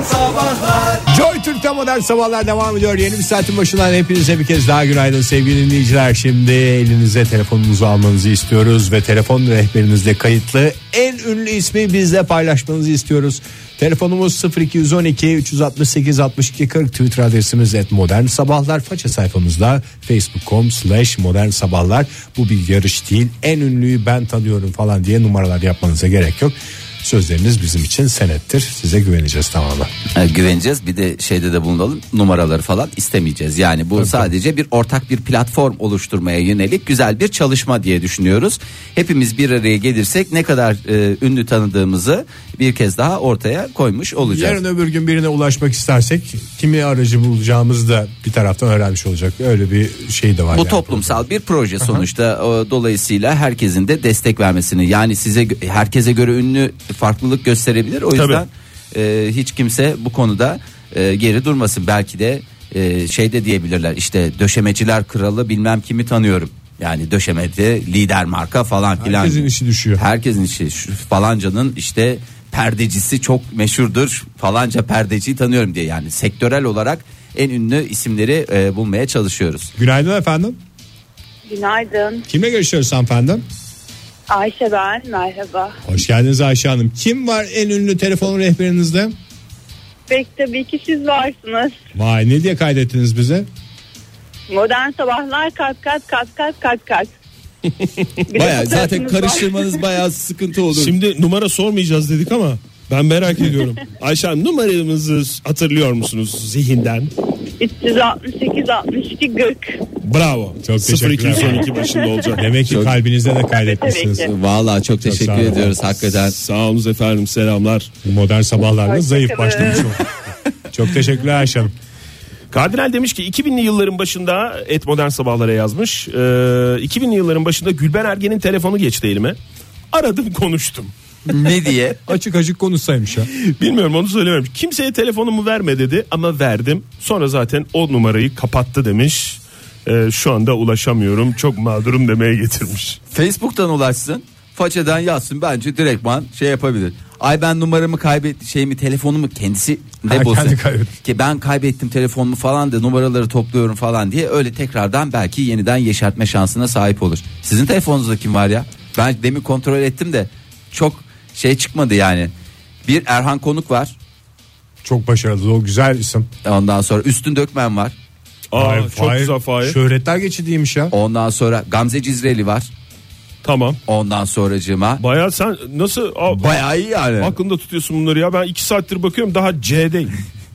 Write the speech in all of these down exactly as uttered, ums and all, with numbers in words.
Sabahlar. Joy Türk'te Modern Sabahlar devam ediyor. Yeni bir saatin başından hepinize bir kez daha günaydın sevgili dinleyiciler. Şimdi elinize telefonunuzu almanızı istiyoruz ve telefon rehberinizde kayıtlı en ünlü ismi bizle paylaşmanızı istiyoruz. Telefonumuz sıfır iki on iki üç altı sekiz altmış iki kırk, Twitter adresimiz et modern sabahlar, faça sayfamızda facebook nokta com slash modern sabahlar. Bu bir yarış değil, en ünlüyü ben tanıyorum falan diye numaralar yapmanıza gerek yok. Sözleriniz bizim için senettir. Size güveneceğiz tamamen. E, güveneceğiz. Bir de şeyde de bulunalım. Numaraları falan istemeyeceğiz. Yani bu Tabii. sadece bir ortak bir platform oluşturmaya yönelik güzel bir çalışma diye düşünüyoruz. Hepimiz bir araya gelirsek ne kadar e, ünlü tanıdığımızı bir kez daha ortaya koymuş olacağız. Yarın öbür gün birine ulaşmak istersek kimi aracı bulacağımızı da bir taraftan öğrenmiş olacak. Öyle bir şey de var. Bu yani. toplumsal bir proje sonuçta. O, dolayısıyla herkesin de destek vermesini, yani size herkese göre ünlü farklılık gösterebilir. O yüzden e, hiç kimse bu konuda e, geri durmasın. Belki de e, şey de diyebilirler, işte döşemeciler kralı bilmem kimi tanıyorum. Yani döşemede lider marka falan filan. Herkesin işi düşüyor. Herkesin işi. Şu falancanın işte perdecisi çok meşhurdur, falanca perdeciyi tanıyorum diye, yani sektörel olarak en ünlü isimleri e, bulmaya çalışıyoruz. Günaydın efendim. Günaydın. Kimle görüşüyoruz hanımefendi? Ayşe ben, merhaba. Hoş geldiniz Ayşe Hanım. Kim var en ünlü telefon rehberinizde? Pek tabii ki siz varsınız. Vay, ne diye kaydettiniz bize? Modern sabahlar kat kat kat kat kat kat. Bayağı zaten karıştırmanız bayağı sıkıntı olur. Şimdi numara sormayacağız dedik ama ben merak ediyorum. Ayşe Hanım, numaramızı hatırlıyor musunuz zihinden? üç yüz altmış sekiz altmış iki kırk. Bravo. Çok sıfır iki on iki başında olacak. Demek ki Çok... kalbinizde de kaydetmişsiniz. Vallahi çok, çok teşekkür ediyoruz hakikaten. Sağ olun efendim, selamlar. Modern sabahlarda zayıf başlamış o. Çok teşekkürler Ayşe Hanım. Kardinal demiş ki iki binli yılların başında et modern sabahlara yazmış. Ee, iki binli yılların başında Gülben Ergen'in telefonu geçti elime. Aradım, konuştum. Ne diye? Açık açık konuşsaymış ya. Bilmiyorum, onu söylememiş. Kimseye telefonumu verme dedi ama verdim. Sonra zaten o numarayı kapattı demiş. Ee, şu anda ulaşamıyorum, çok mağdurum demeye getirmiş. Facebook'tan ulaşsın, façeden yazsın, bence direktman şey yapabilir. Ay ben numaramı kaybettim, şeyimi, telefonumu kendisi de bulsun. Ki ben kaybettim telefonumu falan da numaraları topluyorum falan diye, öyle tekrardan belki yeniden yeşertme şansına sahip olur. Sizin telefonunuzda kim var ya? Ben demin kontrol ettim de çok şey çıkmadı yani. Bir Erhan Konuk var. Çok başarılı, o güzel isim. Ondan sonra Üstün Dökmen var. Aa, Hayır, çok Fahir, güzel Fahir. Şöhretler geçidiymiş ya. Ondan sonra Gamze Cizreli var. Tamam. Ondan sonracığıma. Bayağı sen nasıl? Aa, bayağı iyi yani. Aklında tutuyorsun bunları ya. Ben iki saattir bakıyorum, daha C'deyim.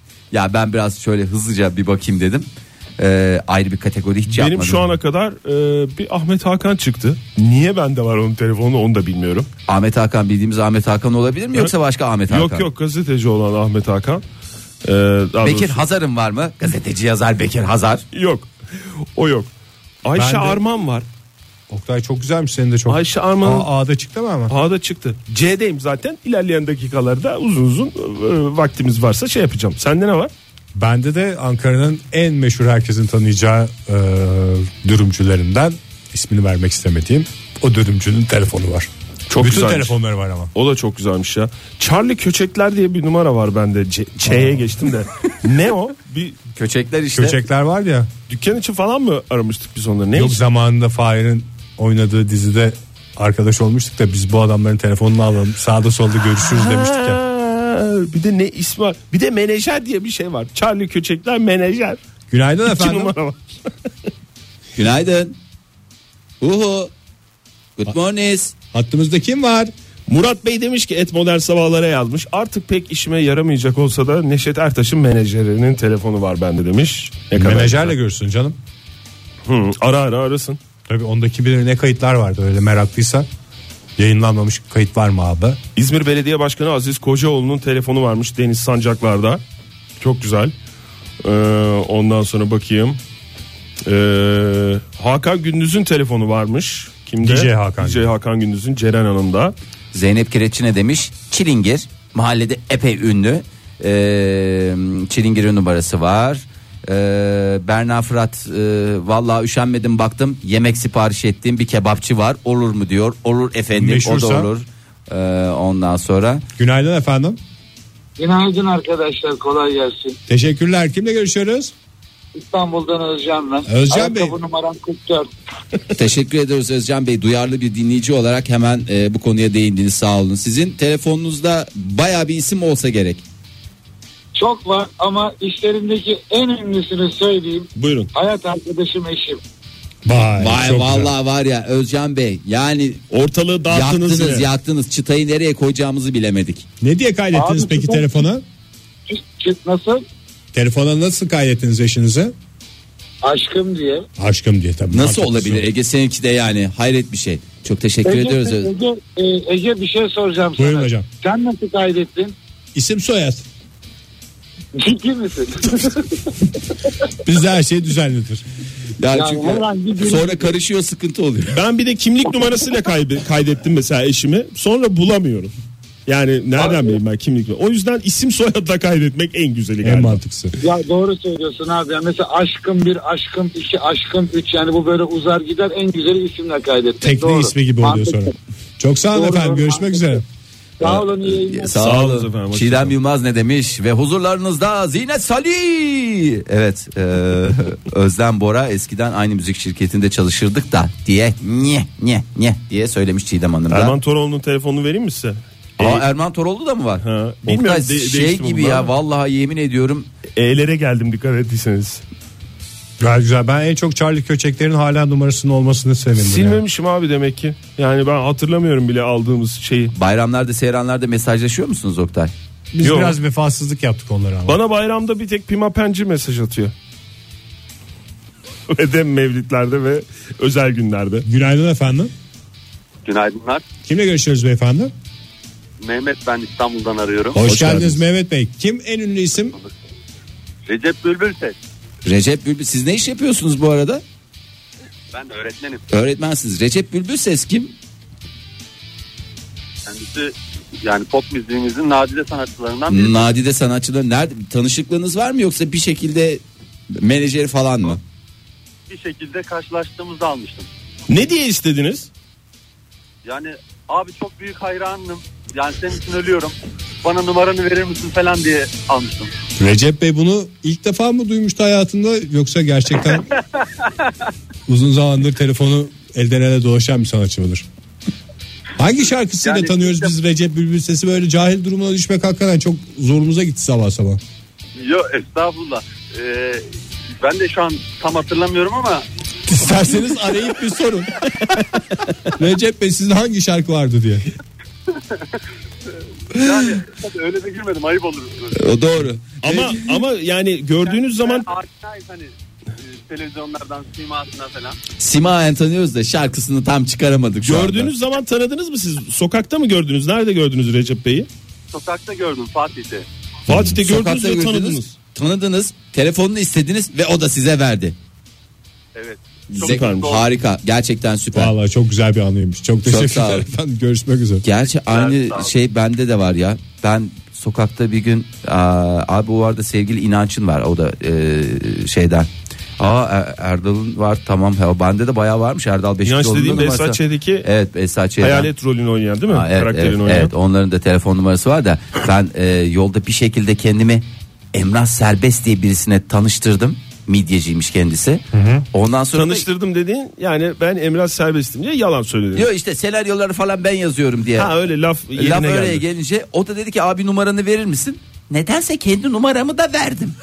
Ya ben biraz şöyle hızlıca bir bakayım dedim. Ee, ayrı bir kategori hiç Benim yapmadım. Benim şu ana kadar e, bir Ahmet Hakan çıktı. Niye bende var onun telefonu, onu da bilmiyorum. Ahmet Hakan, bildiğimiz Ahmet Hakan olabilir mi, yoksa başka Ahmet Hakan? Yok yok, gazeteci olan Ahmet Hakan. Ee, Bekir doğrusu... Hazar'ın var mı? Gazeteci yazar Bekir Hazar. Yok. O yok. Ayşe de... Arman var. Oktay çok güzelmiş, senin de çok. Ayşe Arman. A'da çıktı mı ama? A'da çıktı. C'deyim zaten. İlerleyen dakikalarda uzun uzun e, vaktimiz varsa şey yapacağım. Sende ne var? Bende de Ankara'nın en meşhur, herkesin tanıyacağı e, dürümcülerinden, ismini vermek istemediğim o dürümcünün telefonu var. Çok Bütün güzelmiş. telefonları var ama. O da çok güzelmiş ya. Charlie Köçekler diye bir numara var bende. C- Ç'ye geçtim de. Ne o? Bir Köçekler işte. Köçekler var ya. Dükkan için falan mı aramıştık biz onları? Ne Yok, iş? zamanında Fahir'in oynadığı dizide arkadaş olmuştuk da biz bu adamların telefonunu alalım, sağda solda görüşürüz demiştik ya. Bir de ne ismi var? Bir de menajer diye bir şey var. Charlie Köçekler menajer. Günaydın İki efendim. numara var. Günaydın. Uhu. Good morning. Hattımızda kim var? Murat Bey demiş ki et modern sabahlara yazmış. Artık pek işime yaramayacak olsa da Neşet Ertaş'ın menajerinin telefonu var bende demiş. Ne kadar Menajerle güzel. görürsün canım. Hı, ara ara arasın. Tabii ondaki bir ne kayıtlar vardı, öyle meraklıysa. Yayınlanmamış kayıt var mı abi? İzmir Belediye Başkanı Aziz Kocaoğlu'nun telefonu varmış Deniz Sancaklar'da. Çok güzel. Ee, ondan sonra bakayım. Ee, Hakan Gündüz'ün telefonu varmış. Kimde? D J Hakan. D J Hakan Gündüz'ün, Ceren Hanım'da. Zeynep Kireççi ne demiş? Çilingir. Mahallede epey ünlü. Ee, Çilingir'in numarası var. Ee, Berna Fırat, e, vallahi üşenmedim baktım, yemek sipariş ettiğim bir kebapçı var, olur mu diyor. Olur efendim. Meşhursa. O da olur. Ee, ondan sonra günaydın efendim. Günaydın arkadaşlar, kolay gelsin. Teşekkürler. Kimle görüşüyoruz? İstanbul'dan Özcan ben. Özcan Bey. Ayakkabı numaram kırk dört. Teşekkür ediyoruz Özcan Bey. Duyarlı bir dinleyici olarak hemen e, bu konuya değindiniz, sağ olun. Sizin telefonunuzda bayağı bir isim olsa gerek. Çok var ama işlerindeki en ünlüsünü söyleyeyim. Buyurun. Hayat arkadaşım, eşim. Vay, Vay vallahi var ya Özcan Bey, yani ortalığı dağıttınız yaktınız yine. yaktınız, çıtayı nereye koyacağımızı bilemedik. Ne diye kaydettiniz Abi, peki çıta- telefona? Çıt çıt nasıl? Telefona nasıl kaydettiniz eşinizi? Aşkım diye. Aşkım diye tabii. Nasıl Mantıklısı. olabilir Ege, seninki de yani hayret bir şey. Çok teşekkür Ege, ediyoruz. Öz- Ege, e, Ege bir şey soracağım Buyurun sana. hocam. Sen nasıl kaydettin? İsim soyad. Ciddi misin? Bizde her şey düzenlidir. Ya Yani çünkü herhangi bir- sonra karışıyor, sıkıntı oluyor. Ben bir de kimlik numarasıyla kaybe- kaydettim mesela eşimi. Sonra bulamıyorum. Yani nereden bileyim ben kimlik numarası. O yüzden isim soyadla kaydetmek en güzeli En galiba. mantıklısı. Ya doğru söylüyorsun abi. Ya mesela aşkım bir, aşkım iki, aşkım üç, yani bu böyle uzar gider, en güzeli isimle kaydetmek. Tekne Doğru. ismi gibi oluyor Mantıklı. sonra. Çok sağ olun Doğru, efendim. doğru, Görüşmek mantıklı. üzere. Sağ olun, iyi yayınlar. Sağ, Sağ olun. olun efendim, hoşça Çiğdem kalın. Yılmaz ne demiş ve huzurlarınızda Zinet Salih. Evet, e, Özlem Bora, eskiden aynı müzik şirketinde çalışırdık da diye nye nye nye diye söylemiş Çiğdem Hanım da. Erman Toroğlu'nun telefonunu vereyim mi size? Aa, E, Erman Toroğlu da mı var? Ha, bilmiyorum, Oktay, de- şey değişti gibi bunlar ya, ama. vallahi yemin ediyorum. E'lere geldim, dikkat ettiyseniz. Gayet güzel. Ben en çok Charlie Köçekler'in hala numarasının olmasını sevindim. yani. Silmemişim abi demek ki. Yani ben hatırlamıyorum bile aldığımız şeyi. Bayramlarda, seyranlarda mesajlaşıyor musunuz Oktay? Biz Yok. biraz vefasızlık yaptık onlara ama. Bana bayramda bir tek Pima Penci mesaj atıyor. Ve de mevlitlerde ve özel günlerde. Günaydın efendim. Günaydınlar. Kimle görüşüyoruz beyefendi? Mehmet, ben İstanbul'dan arıyorum. Hoş, Hoş geldiniz, geldiniz. Mehmet Bey. Kim en ünlü isim? Recep Bülbül ses. Recep Bülbül, siz ne iş yapıyorsunuz bu arada? Ben öğretmenim. Öğretmensiniz. Recep Bülbül ses kim? Kendisi yani pop müziğimizin nadide sanatçılarından biri. Nadide sanatçılar. Nerede tanışıklığınız var mı, yoksa bir şekilde menajeri falan mı? Bir şekilde karşılaştığımızda almıştım. Ne diye istediniz? Yani abi çok büyük hayranım. Yani senin için ölüyorum. Bana numaranı verir misin falan diye almıştım. Recep Bey bunu ilk defa mı duymuştu hayatında, yoksa gerçekten uzun zamandır telefonu elden ele dolaşan bir sanatçı mıdır? Hangi şarkısıyla Yani tanıyoruz işte- biz Recep Bülbül sesi? Böyle cahil durumuna düşmek hakikaten çok zorumuza gitti sabah sabah. Yok estağfurullah. Ee, ben de şu an tam hatırlamıyorum ama İsterseniz arayıp bir sorun. Recep Bey, sizin hangi şarkı vardı diye. yani tabii öyle de girmedim, ayıp olur. O doğru. Ama ama yani gördüğünüz zaman Aşinayız hani e, televizyonlardan, simasına falan. Simayen tanıyoruz da şarkısını tam çıkaramadık şu gördüğünüz anda. zaman tanıdınız mı siz? Sokakta mı gördünüz? Nerede gördünüz Recep Bey'i? Sokakta gördüm, Fatih'te. Fatih'te gördünüz Sokakta ve gördünüz, tanıdınız. tanıdınız, telefonunu istediniz ve o da size verdi. Evet. Süpermiş. mutlu oldum. Harika, gerçekten süper. Vallahi çok güzel bir anıymış. Çok sağ teşekkürler olun. efendim. Görüşmek üzere. Gerçi aynı sağ ol. şey bende de var ya. Ben sokakta bir gün aa, abi bu arada sevgili İnanç'ın var, o da e, şeyden. Aa Er- Erdal'ın var, tamam. Ha, bende de bayağı varmış Erdal Beşiktaş'ın. İnanç dediğim Behzat Ç'deki Evet, Behzat Ç'den. hayalet rolünü oynayan değil mi? Ha, evet, Karakterini evet, oynayan. evet, onların da telefon numarası var da ben e, yolda bir şekilde kendimi Emrah Serbest diye birisine tanıştırdım. Midyeciymiş kendisi. Ondan sonra da- Tanıştırdım dediğin yani ben Emrah Serbest'im diye yalan söyledin. diyor işte senaryoları falan ben yazıyorum diye. Ha öyle laf yerine Laf geldi. öyle gelince o da dedi ki abi numaranı verir misin? Nedense kendi numaramı da verdim.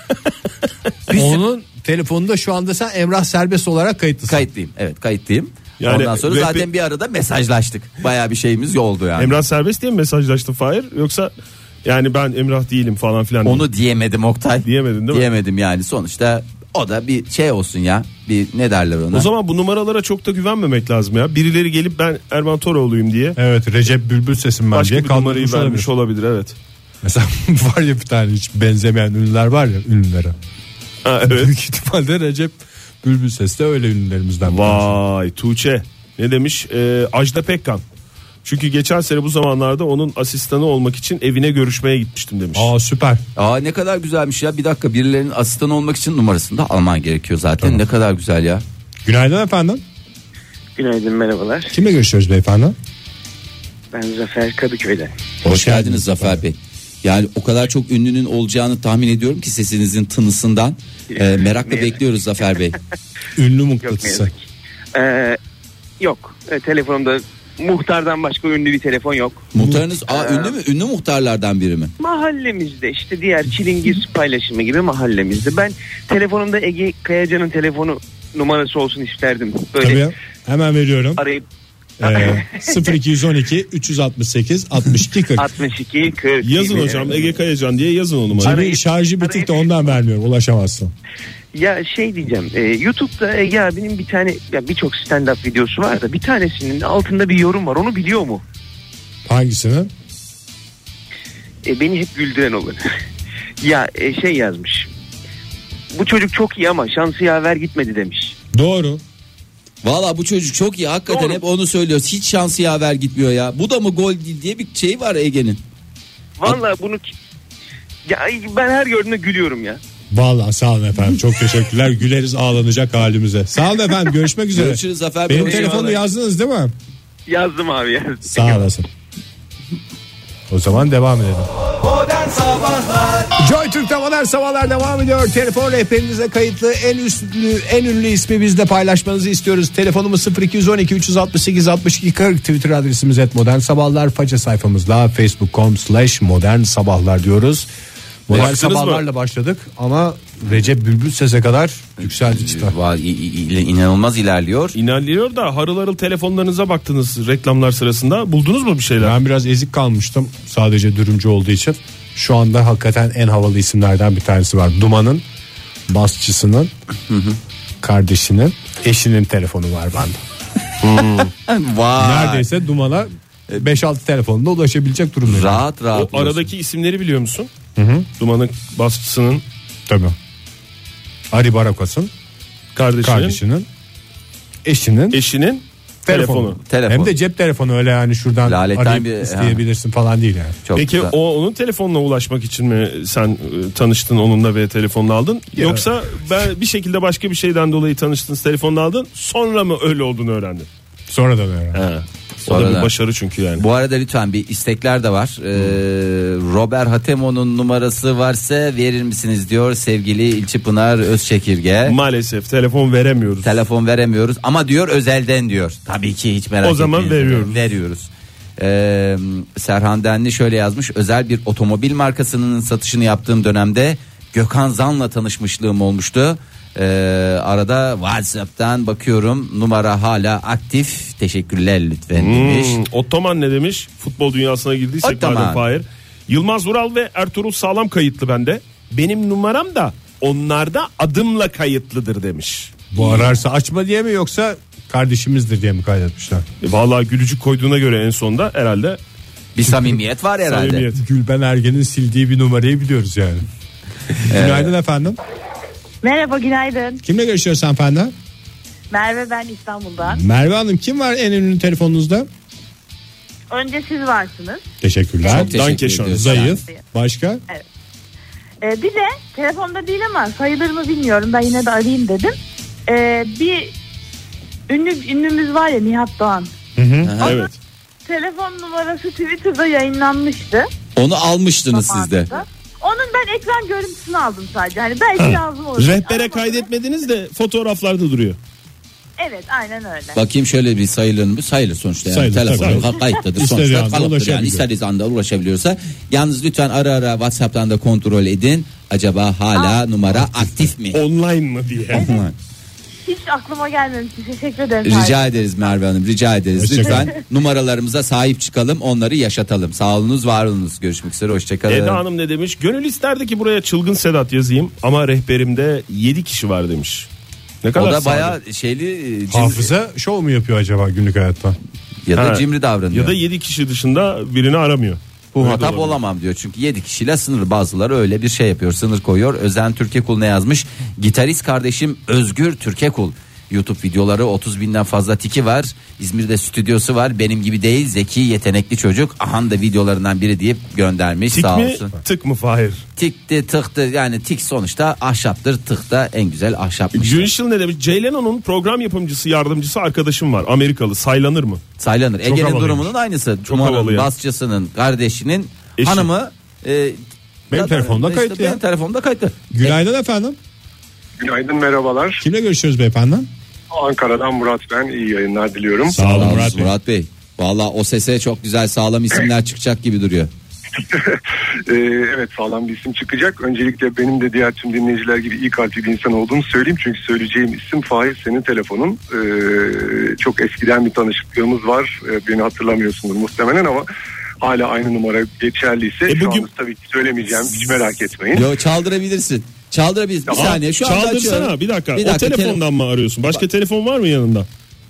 Biz Onun telefonunda şu anda sen Emrah Serbest olarak kayıtlısın. kayıtlıyım. Evet, kayıtlıyım. Yani Ondan sonra rap- zaten bir arada mesajlaştık. Bayağı bir şeyimiz oldu yani. Emrah Serbest diye mi mesajlaştın Fahir? Yoksa yani ben Emrah değilim falan filan. diye. Onu diyemedim Oktay. Diyemedin değil mi? Diyemedim yani, sonuçta o da bir şey olsun ya. Bir ne derler ona? O zaman bu numaralara çok da güvenmemek lazım ya. Birileri gelip ben Erman Toroğlu'yum diye Evet, Recep Bülbül sesim ben başka diye bir numarayı kaldırmış vermiş olabilir. olabilir evet. Mesela var ya bir tane hiç benzemeyen ünlüler var ya, ünlülere. Ha, evet. Büyük ihtimalle Recep Bülbül ses de öyle ünlülerimizden. bir tanesi. Vay Tuğçe ne demiş? Ee, Ajda Pekkan. Çünkü geçen sene bu zamanlarda onun asistanı olmak için evine görüşmeye gitmiştim demiş. Aa süper. Aa ne kadar güzelmiş ya. Bir dakika, birilerinin asistanı olmak için numarasını da alman gerekiyor zaten. Tamam. Ne kadar güzel ya. Günaydın efendim. Günaydın, merhabalar. Kimle görüşüyoruz beyefendi? Ben Zafer Kadıköy'den. Hoş, Hoş geldiniz geldiniz Zafer Bey. Yani o kadar çok ünlünün olacağını tahmin ediyorum ki sesinizin tınısından. Ee, merakla bekliyoruz Zafer Bey. Ünlü mıknatısı. Ee, yok. E, telefonumda muhtardan başka ünlü bir telefon yok. Muhtarınız aa, Ee, ünlü mü? Ünlü muhtarlardan biri mi? Mahallemizde işte diğer Çilingir paylaşımı gibi mahallemizde. Ben telefonumda Ege Kayacan'ın telefonu numarası olsun isterdim. Böyle Tabii, hemen veriyorum. arayıp Ee, sıfır iki on iki üç altı sekiz altmış iki kırk. altmış iki kırk. Yazın hocam Ege Kayacan diye yazın o numarayı. Cem'in şarjı bitik de ondan vermiyorum, ulaşamazsın. Ya şey diyeceğim, e, YouTube'da Ege abinin bir tane, ya birçok stand-up videosu var da bir tanesinin altında bir yorum var, onu biliyor mu? Hangisinin? E, beni hep güldüren olur. ya e, şey yazmış, bu çocuk çok iyi ama şansı yaver gitmedi demiş. Doğru. Valla bu çocuk çok iyi hakikaten. Doğru. Hep onu söylüyoruz. Hiç şansı yaver gitmiyor ya. Bu da mı gol değil diye bir şey var Ege'nin. Valla bunu ya ben her gördüğümde gülüyorum ya. Vallahi sağ olun efendim, çok teşekkürler. Güleriz ağlanacak halimize. Sağ olun efendim, görüşmek üzere. Görüşürüz Zafer Benim Bey. telefonu yazdınız değil mi? Yazdım abi yazdım. Sağ olasın. O zaman devam edelim. Modern Sabahlar. Joy Türk'te Modern Sabahlar devam ediyor. Telefon rehberinize kayıtlı en üstlü, en ünlü ismi bizle paylaşmanızı istiyoruz. Telefonumuz sıfır iki on iki üç altı sekiz altmış iki kırk. Twitter adresimiz et Modern Sabahlar. Faça sayfamızda facebook nokta com slash modern sabahlar diyoruz. Modern Baktınız Sabahlarla mı? başladık ama Recep Bülbül Ses'e kadar yükseldi çıta. Vay, inanılmaz ilerliyor. İlerliyor da harıl harıl telefonlarınıza baktınız reklamlar sırasında. Buldunuz mu bir şeyler? Ben biraz ezik kalmıştım sadece dürümcü olduğu için. Şu anda hakikaten en havalı isimlerden bir tanesi var. Duman'ın basçısının kardeşinin eşinin telefonu var bende. Vay. Neredeyse Duman'a beş altı telefonunda ulaşabilecek durumda. Rahat rahat. O aradaki isimleri biliyor musun? Hı hı. Duman'ın basçısının Tabii. Ari Barakos'un kardeşinin, kardeşinin eşinin eşinin telefonu. telefonu. Telefon. Hem de cep telefonu, öyle yani şuradan Laletten arayıp bir- isteyebilirsin falan değil yani. Çok Peki güzel. o onun telefonuna ulaşmak için mi sen e, tanıştın onunla ve telefonunu aldın? Ya. Yoksa ben bir şekilde başka bir şeyden dolayı tanıştınız, telefonunu aldın, sonra mı öyle olduğunu öğrendin? Sonradan öğrendim. He. O da Sonradan. bir başarı çünkü yani. Bu arada lütfen bir istekler de var. Ee, Robert Hatemo'nun numarası varsa verir misiniz diyor sevgili İlçi Pınar Özçekirge. Maalesef telefon veremiyoruz. Telefon veremiyoruz ama diyor özelden diyor. Tabii ki hiç merak O zaman etmeyin. veriyoruz. Veriyoruz. Ee, Serhan Denli şöyle yazmış: özel bir otomobil markasının satışını yaptığım dönemde Gökhan Zan'la tanışmışlığım olmuştu. Ee, arada WhatsApp'tan bakıyorum, numara hala aktif, teşekkürler lütfen demiş. Hmm, Ottoman ne demiş? Futbol dünyasına girdiysek Ottoman. madem Fahir. Yılmaz Vural ve Ertuğrul Sağlam kayıtlı bende. Benim numaram da onlarda adımla kayıtlıdır demiş. Bu ararsa açma diye mi yoksa kardeşimizdir diye mi kaydetmişler? E, vallahi gülücük koyduğuna göre en sonda herhalde Bir samimiyet var herhalde. samimiyet. Gülben Ergen'in sildiği bir numarayı biliyoruz yani. Günaydın efendim. Merhaba, günaydın. Kimle görüşüyoruz efendim? Merve, ben İstanbul'dan. Merve Hanım, kim var en ünlü telefonunuzda? Önce siz varsınız. Teşekkürler. Çok teşekkür Dankeschön. ediyoruz. Zayıf. Başka? Ee, bir de telefonda değil ama sayılır mı bilmiyorum. Ben yine de arayayım dedim. Ee, bir ünlü ünlümüz var ya, Nihat Doğan. Hı hı. Aha. Evet. Telefon numarası Twitter'da yayınlanmıştı. Onu almıştınız siz de. Zamanında. Onun ben ekran görüntüsünü aldım sadece. Hani belki lazım olur. Rehbere Ama- kaydetmediniz de fotoğraflarda duruyor. Evet, aynen öyle. Bakayım şöyle bir sayılır mı? Sayılır sonuçta yani. Sayılır, Telefon tabii. kayıttadır İstediği sonuçta, anda kalıptır yani, ulaşabiliyor. istediğiniz anda ulaşabiliyorsa. Yalnız lütfen ara ara WhatsApp'tan da kontrol edin. Acaba hala numara aktif mi? Online mı diye. Hiç aklıma gelmemişti. Teşekkür ederim. Rica ederiz Merve Hanım, rica ederiz. Hoşçakalın. Lütfen numaralarımıza sahip çıkalım, onları yaşatalım. Sağ olunuz, var olunuz. Görüşmek üzere, hoşçakalın. Eda Hanım ne demiş? Gönül isterdi ki buraya Çılgın Sedat yazayım ama rehberimde yedi kişi var demiş. Ne kadar O da sade. bayağı şeyli, cimri, Hafıza şov mu yapıyor acaba günlük hayatta? ya da Ha. cimri davranıyor. Ya da yedi kişi dışında birini aramıyor. Bu Öyle de hatap olabilir. olamam diyor. Çünkü yedi kişiyle sınırlı, bazıları öyle bir şey yapıyor, sınır koyuyor. Özen Türkekul ne yazmış? Gitarist kardeşim Özgür Türkekul. YouTube videoları, otuz binden fazla tiki var. İzmir'de stüdyosu var. Benim gibi değil, zeki, yetenekli çocuk. Ahan da videolarından biri deyip göndermiş. Tik Sağ mi olsun. tık mı Fahir? Tikti, tıktı, yani tik sonuçta ahşaptır, tık da en güzel ahşapmış. Günşil ne demiş? Jay Leno'nun program yapımcısı yardımcısı arkadaşım var. Amerikalı, saylanır mı? Saylanır. Ege'nin havalıymış. durumunun aynısı. Çok havalı Duman'ın ya. basçısının kardeşinin Eşi. hanımı E, benim telefonumda işte kayıtlı benim ya. telefonumda kayıtlı. Günaydın e, efendim. Günaydın, merhabalar. Kimle görüşüyoruz beyefendi? Ankara'dan Murat ben. İyi yayınlar diliyorum. Sağ olun Murat Bey. Murat Bey. Valla o sese çok güzel sağlam isimler çıkacak gibi duruyor. ee, evet, sağlam bir isim çıkacak. Öncelikle benim de diğer tüm dinleyiciler gibi iyi kalpli bir insan olduğunu söyleyeyim. Çünkü söyleyeceğim isim Fahir, senin telefonun. Ee, çok eskiden bir tanışıklığımız var. Ee, beni hatırlamıyorsundur muhtemelen ama hala aynı numara geçerliyse e, bugün... şu anda tabii ki söylemeyeceğim. Hiç merak etmeyin. Yo, çaldırabilirsin. Çaldırabiliriz. Bir Aa, saniye şu anda çaldırsana açıyorum. bir dakika. Bir O dakika, telefondan mı arıyorsun? Başka Ba- telefon var mı yanında?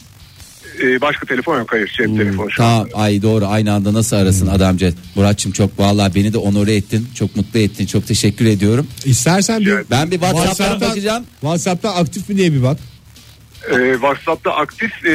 Ee, başka telefon yok, hayır. Cep hmm, telefonu şu tamam, anda. ay doğru, aynı anda nasıl arasın hmm. adamcağız. Muratçım çok vallahi beni de onore ettin. Çok mutlu ettin. Çok teşekkür ediyorum. İstersen bir, ben bir WhatsApp'tan, WhatsApp'tan bakacağım. WhatsApp'ta aktif mi diye bir bak. Ee, WhatsApp'ta aktif e,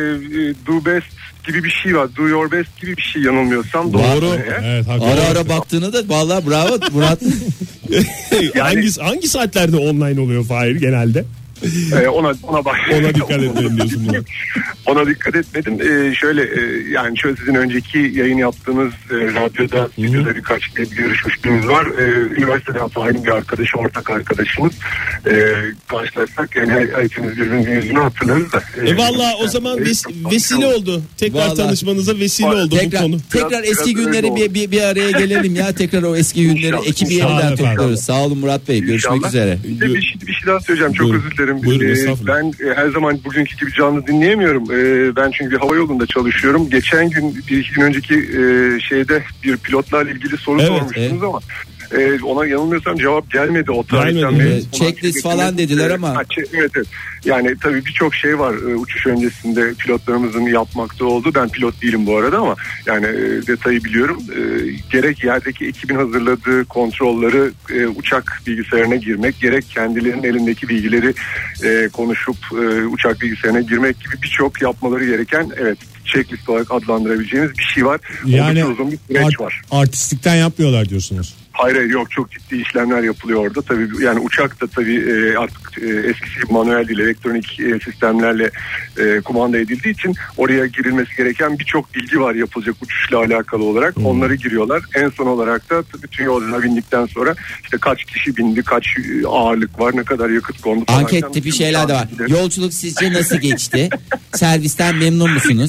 do best gibi bir şey var. Do your best gibi bir şey yanılmıyorsam. Doğru. Evet, ara ara baktığını da vallahi bravo Murat. yani, hangi, hangi saatlerde online oluyor Fahir genelde? Ee, ona ona bak. Ona dikkat etmedim diyorsun bunu. Ona dikkat etmedim. Ee, şöyle e, yani şöyle sizin önceki yayın yaptığınız e, radyoda stüdyoda birkaç kez görüşmüşlüğümüz var. E, üniversitede aynı bir arkadaş, ortak arkadaşımız. E, karşılaşsak yani hepimiz birbirimizin yüzünü hatırlarız da. E, e valla o zaman ves- vesile oldu. Tekrar vallahi tanışmanıza vesile var, oldu tekrar, bu konu. Tekrar biraz, eski biraz günleri bir, bir, bir araya gelelim ya. Tekrar o eski günleri İnşallah. ekibi yeniden topluyoruz. Sağ olun Murat Bey. Görüşmek İnşallah. üzere. Bir, bir, şey, bir şey daha söyleyeceğim. Çok Buyurun. özür dilerim. Buyurun, ee, ben e, her zaman bugünkü gibi canlı dinleyemiyorum. Ee, ben çünkü bir hava yolunda çalışıyorum. Geçen gün bir iki gün önceki e, şeyde bir pilotlarla ilgili soru evet, sormuştunuz evet. ama e, ona yanılmıyorsam cevap gelmedi o tarihten beri. Evet, checklist falan dediler ama. Ha, evet evet. Yani tabii birçok şey var e, uçuş öncesinde pilotlarımızın yapmakta olduğu. Ben pilot değilim bu arada ama yani e, detayı biliyorum. E, gerek yerdeki ekibin hazırladığı kontrolleri e, uçak bilgisayarına girmek, gerek kendilerinin elindeki bilgileri e, konuşup e, uçak bilgisayarına girmek gibi birçok yapmaları gereken evet checklist olarak adlandırabileceğimiz bir şey var. Yani uzun bir süreç art, var. Artistlikten yapmıyorlar diyorsunuz. Hayır hayır yok, çok ciddi işlemler yapılıyor orada. Tabii yani uçak da tabii e, artık e, eskisi gibi manuel değil, elektronik e, sistemlerle e, kumanda edildiği için oraya girilmesi gereken birçok bilgi var yapılacak uçuşla alakalı olarak. Hmm. Onları giriyorlar. En son olarak da bütün yolcular bindikten sonra işte kaç kişi bindi, kaç ağırlık var, ne kadar yakıt kondu falan. Anket tipi şeyler de var. Yolculuk sizce nasıl geçti? Servisten memnun musunuz?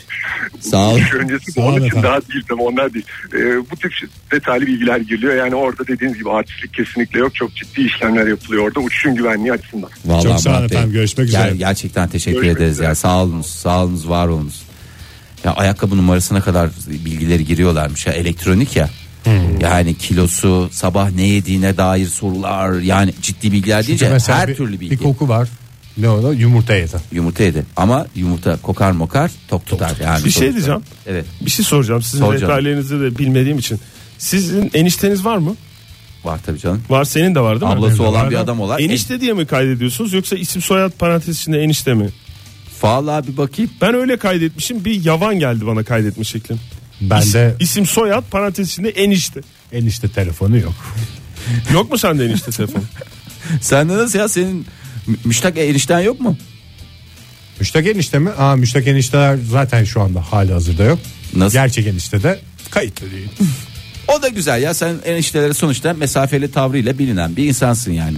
Sağ olun. Öncesi Sağ onun için daha değil tabii, onlar değil. Ee, bu tip detaylı bilgiler geliyor. Yani orada dediğiniz gibi artistlik kesinlikle yok. Çok ciddi işlemler yapılıyor orada uçuşun güvenliği açısından. Vallahi çok sağ olun efendim. Görüşmek üzere. Ger- gerçekten teşekkür Görüşmek ederiz üzere. ya. Sağ olunuz. Sağ olunuz, var olunuz. Ya ayakkabı numarasına kadar bilgileri giriyorlarmış ya, elektronik ya. Hmm. Yani kilosu, sabah ne yediğine dair sorular, yani ciddi bilgiler deyince her bir, türlü bilgi. Bir koku var. Ne o da? Yumurta yedi. Yumurta yedi. Ama yumurta kokar mokar tok tutar. Yani bir şey diyeceğim. Evet. Bir şey soracağım. Sizin detaylarınızı da bilmediğim için. Sizin enişteniz var mı? Var tabii canım. Var, senin de var değil mi? Ablası olan bir adam olan. Enişte en... diye mi kaydediyorsunuz yoksa isim soyad parantez içinde enişte mi? Vallahi bir bakayım. Ben öyle kaydetmişim. Bir yavan geldi bana kaydetme şeklim. Ben İs, de isim soyad parantez içinde enişte. Enişte telefonu yok. Yok mu sende enişte telefonu? Sende nasıl ya, senin müştak enişten yok mu? Müştak enişte mi? Aa, müştak enişteler zaten şu anda hali hazırda yok. Nasıl? Gerçek enişte de kayıtlı değil. O da güzel ya, sen eniştelere sonuçta mesafeli tavrıyla bilinen bir insansın yani.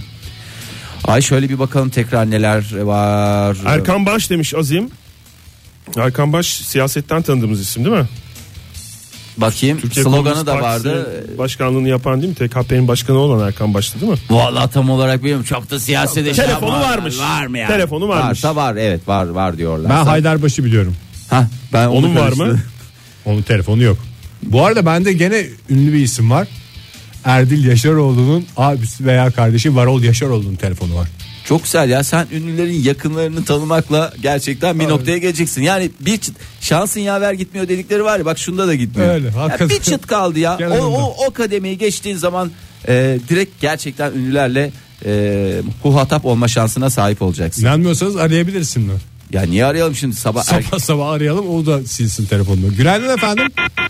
Ay şöyle bir bakalım tekrar neler var. Erkan Baş demiş Azim. Erkan Baş siyasetten tanıdığımız isim değil mi? Bakayım, Türkiye sloganı Komünist da Partisi vardı. Başkanlığını yapan değil mi? T K P'nin başkanı olan Erkan Baş'tı değil mi? Vallahi tam olarak bilmiyorum, çok da siyasete şey telefonu var, varmış. Var mı yani? Telefonu varmış. Varsa var, evet var var diyorlar. Ben Haydarbaş'ı biliyorum. Ha, ben onun var mı? Onun telefonu yok. Bu arada bende gene ünlü bir isim var. Erdil Yaşaroğlu'nun abisi veya kardeşi Varol Yaşaroğlu'nun telefonu var. Çok güzel ya, sen ünlülerin yakınlarını tanımakla gerçekten bir evet. noktaya geleceksin. Yani bir çıt, şansın yaver gitmiyor dedikleri var ya, bak şunda da gitmiyor. Öyle, ya bir çıt kaldı ya. o, o, o kademeyi geçtiğin zaman e, direkt gerçekten ünlülerle e, huhatap olma şansına sahip olacaksın. İnanmıyorsanız arayabilirsin mi? Ya niye arayalım şimdi sabah? Sabah er... sabah arayalım, o da silsin telefonunu. Günaydın efendim.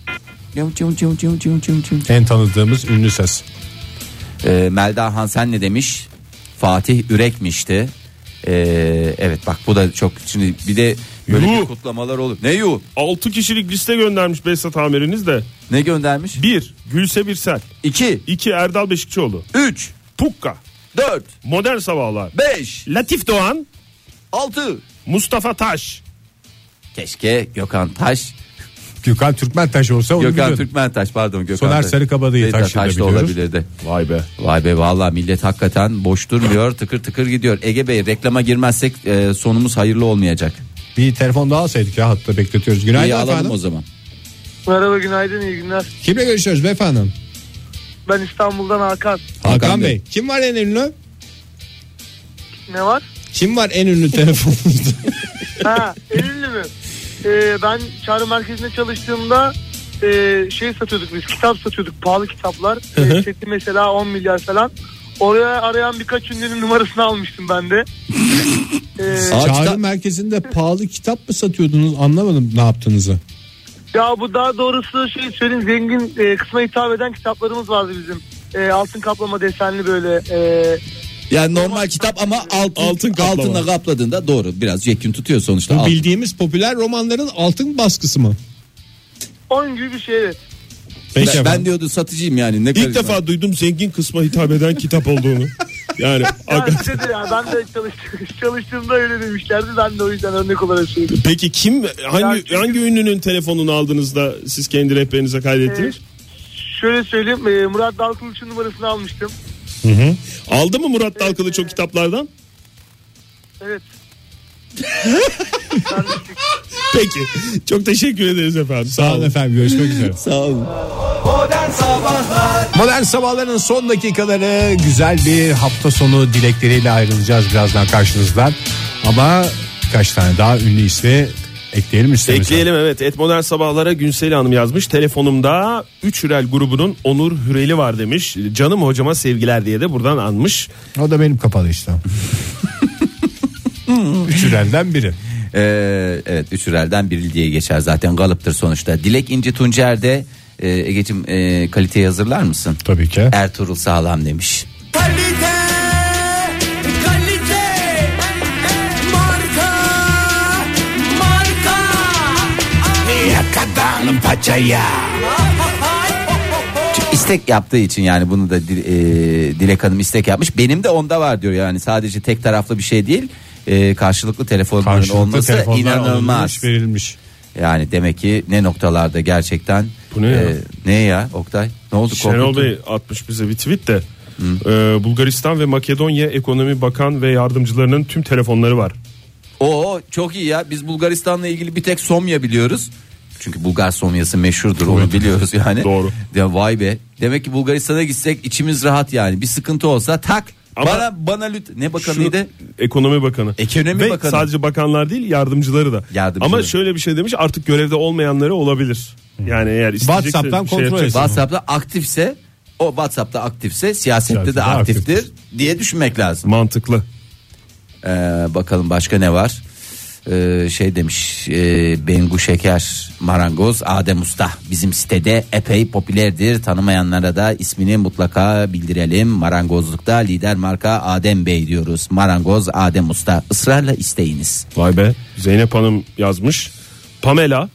En tanıdığımız ünlü ses. E, Melda Hansen ne demiş? Fatih Ürekmişti. Ee, evet bak bu da çok, şimdi bir de Böyle Yuh. bir kutlamalar olur. Ne yuh? altı kişilik liste göndermiş Behzat amiriniz de. Ne göndermiş? bir Gülse Birsel. iki iki Erdal Beşikçioğlu. üç Pukka. dört Modern Sabahlar. beş Latif Doğan. altı Mustafa Taş. Keşke Gökhan Taş. Gökhan Türkmentaş olsa onu Gökhan biliyordum. Türkmentaş pardon Gökhan. Soner Taş. Sarıkabadayı Taş Taş'ı da da biliyoruz. olabilirdi. Vay be. Vay be vallahi millet hakikaten boş durmuyor, tıkır tıkır gidiyor. Ege Bey reklama girmezsek e, sonumuz hayırlı olmayacak. Bir telefon daha alsaydık ya, hatta bekletiyoruz. Günaydın İyi alalım efendim. o zaman. Merhaba, günaydın, iyi günler. Kimle görüşüyoruz beyefendi? Ben İstanbul'dan Hakan. Hakan, Hakan Bey. Bey. Kim var en ünlü? Ne var? Kim var en ünlü telefonunuzda? Ha, en ünlü mü? Ee, ben çağrı merkezinde çalıştığımda e, şey satıyorduk biz, kitap satıyorduk, pahalı kitaplar. E, seti mesela on milyar falan. Oraya arayan birkaç ünlünün numarasını almıştım ben de. ee, Çağrı kitap- merkezinde pahalı kitap mı satıyordunuz? Anlamadım ne yaptığınızı. Ya bu daha doğrusu şey söyleyeyim, zengin e, kısma hitap eden kitaplarımız vardı bizim. E, altın kaplama desenli böyle. E, Yani normal kitap ama altın, Altın kaplama. altınla kapladığında doğru biraz yekün tutuyor sonuçta. Bu Altın. bildiğimiz popüler romanların altın baskısı mı? Onun gibi bir şey, evet. Peki Ben, efendim. ben diyordu satıcıyım yani. Ne İlk karizma. defa duydum zengin kısma hitap eden kitap olduğunu. Yani Yani hakikaten. işte de ya, ben de çalıştığım, çalıştığımda öyle demişlerdi. Ben de o yüzden örnek olarak söyledim. Peki kim hangi Yani çünkü- hangi ünlünün telefonunu aldınız da siz kendi rehberinize kaydettiniz? Şöyle söyleyeyim, e, Murat Dalkılıç'ın numarasını almıştım. Aldı mı Murat Dalkılıç o kitaplardan? Evet. Peki. Çok teşekkür ederiz efendim. Sağ olun efendim, görüşmek üzere. Sağ olun. Modern Sabahlar Modern Sabahların son dakikaları, güzel bir hafta sonu dilekleriyle ayrılacağız birazdan karşınızdan. Ama kaç tane daha ünlü ismi ekleyelim istemişler. Ekleyelim, evet. Et Modern Sabahlara Günseli Hanım yazmış. Telefonumda üç Hürel grubunun Onur Hüreli var demiş. Canım hocama sevgiler diye de buradan anmış. O da benim kapalı işte. Üçünden biri. Ee, evet üçürelden biri diye geçer zaten, kalıptır sonuçta. Dilek İnci Tuncer'de e, Ege'cim e, kaliteyi hazırlar mısın? Tabii ki. Ertuğrul Sağlam demiş. Kalite Kalite Marka Marka Yakadan paçaya. İstek yaptığı için yani bunu da e, Dilek Hanım istek yapmış. Benim de onda var diyor, yani sadece tek taraflı bir şey değil. E, karşılıklı telefonların Karşılıklı olması telefonlar inanılmaz. alınmış, verilmiş. Yani demek ki ne noktalarda gerçekten. Bu ne ya? e, ne ya Oktay? Ne oldu? Şenol Korkuttun. Bey atmış bize bir tweet de. Ee, Bulgaristan ve Makedonya Ekonomi Bakan ve yardımcılarının tüm telefonları var. Oo çok iyi ya. Biz Bulgaristan'la ilgili bir tek Somya biliyoruz. Çünkü Bulgar somyası meşhurdur, onu biliyoruz yani. Doğru. Ya vay be. Demek ki Bulgaristan'a gitsek içimiz rahat yani. Bir sıkıntı olsa tak. Ama bana bana lüt ne bakanıydı? Şu Ekonomi Bakanı. Ekonomi Ve Bakanı. sadece bakanlar değil, yardımcıları da. Yardımcıları. Ama şöyle bir şey demiş, artık görevde olmayanları olabilir. Yani eğer isteyecekse WhatsApp'tan bir şey kontrol yapacaksa- WhatsApp'ta aktifse, o WhatsApp'ta aktifse siyasette Siyasette de aktiftir aktiftir. diye düşünmek lazım. Mantıklı. Ee, bakalım başka ne var? Ee, şey demiş e, Bengu Şeker marangoz Adem Usta bizim sitede epey popülerdir, tanımayanlara da ismini mutlaka bildirelim. Marangozlukta lider marka Adem Bey diyoruz. Marangoz Adem Usta, ısrarla isteyiniz. Vay be. Zeynep Hanım yazmış. Pamela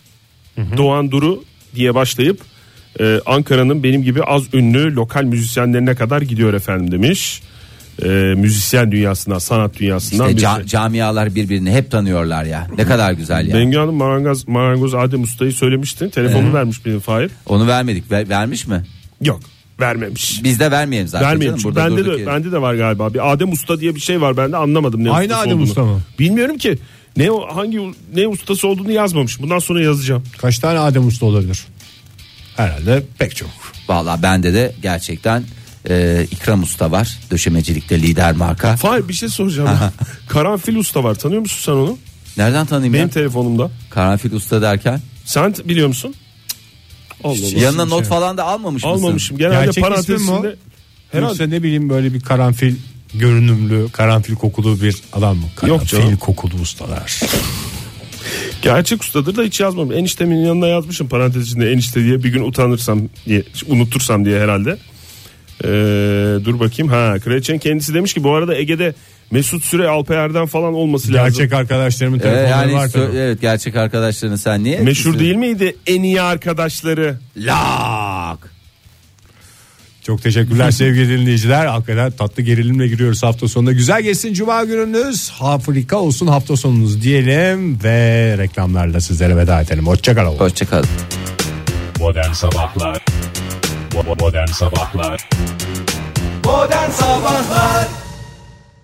Doğan Duru diye başlayıp e, Ankara'nın benim gibi az ünlü lokal müzisyenlerine kadar gidiyor efendim demiş. E, müzisyen dünyasından, sanat dünyasından İşte birisi. ca- camialar birbirini hep tanıyorlar ya, ne kadar güzel ya. Bengi Hanım marangoz, marangoz Adem Usta'yı söylemiştin. Telefonu Ee? vermiş benim Fahir. Onu vermedik. Ver- vermiş mi? Yok, vermemiş. Biz de vermeyelim zaten. Vermeyelim. canım, Çünkü burada bende durduk de yere. bende de var galiba. Bir Adem Usta diye bir şey var, bende anlamadım ne Aynı ustası Adem olduğunu. Usta mı? Bilmiyorum ki. Ne o hangi ne ustası olduğunu yazmamış. Bundan sonra yazacağım. Kaç tane Adem Usta olabilir? Herhalde pek çok. Vallahi bende de gerçekten e, İkram Usta var. Döşemecilikte lider marka. Fahir bir şey soracağım. Karanfil Usta var. Tanıyor musun sen onu? Nereden tanıyayım Benim ya? telefonumda. Karanfil Usta derken? Sen t- biliyor musun? Allah Allah. Yanına not falan da almamış mısın? Almamışım. Genelde Gerçek ismi mi o? parantezinde. Herhalde. Yoksa ne bileyim böyle bir karanfil görünümlü, karanfil kokulu bir adam mı? Karanfil canım. kokulu ustalar. Gerçek ustadır da hiç yazmamışım. Eniştemin yanına yazmışım parantez içinde enişte diye, bir gün utanırsam diye, unutursam diye herhalde. Ee, dur bakayım. Ha, Kraliçenin kendisi demiş ki bu arada Ege'de Mesut Süre, Alpayer'den falan olması lazım. Gerçek arkadaşlarımın telefonları Ee, yani var sö- tabii. evet, gerçek arkadaşlarını sen niye? Meşhur değil miydi en iyi arkadaşları? Lak. Çok teşekkürler sevgili dinleyiciler. Hakikaten tatlı gerilimle giriyoruz hafta sonunda. Güzel geçsin cuma gününüz. Afrika olsun hafta sonunuz diyelim ve reklamlarla sizlere veda edelim. Hoşçakalın. Hoşçakalın. Modern Sabahlar Modern Sabahlar Modern Sabahlar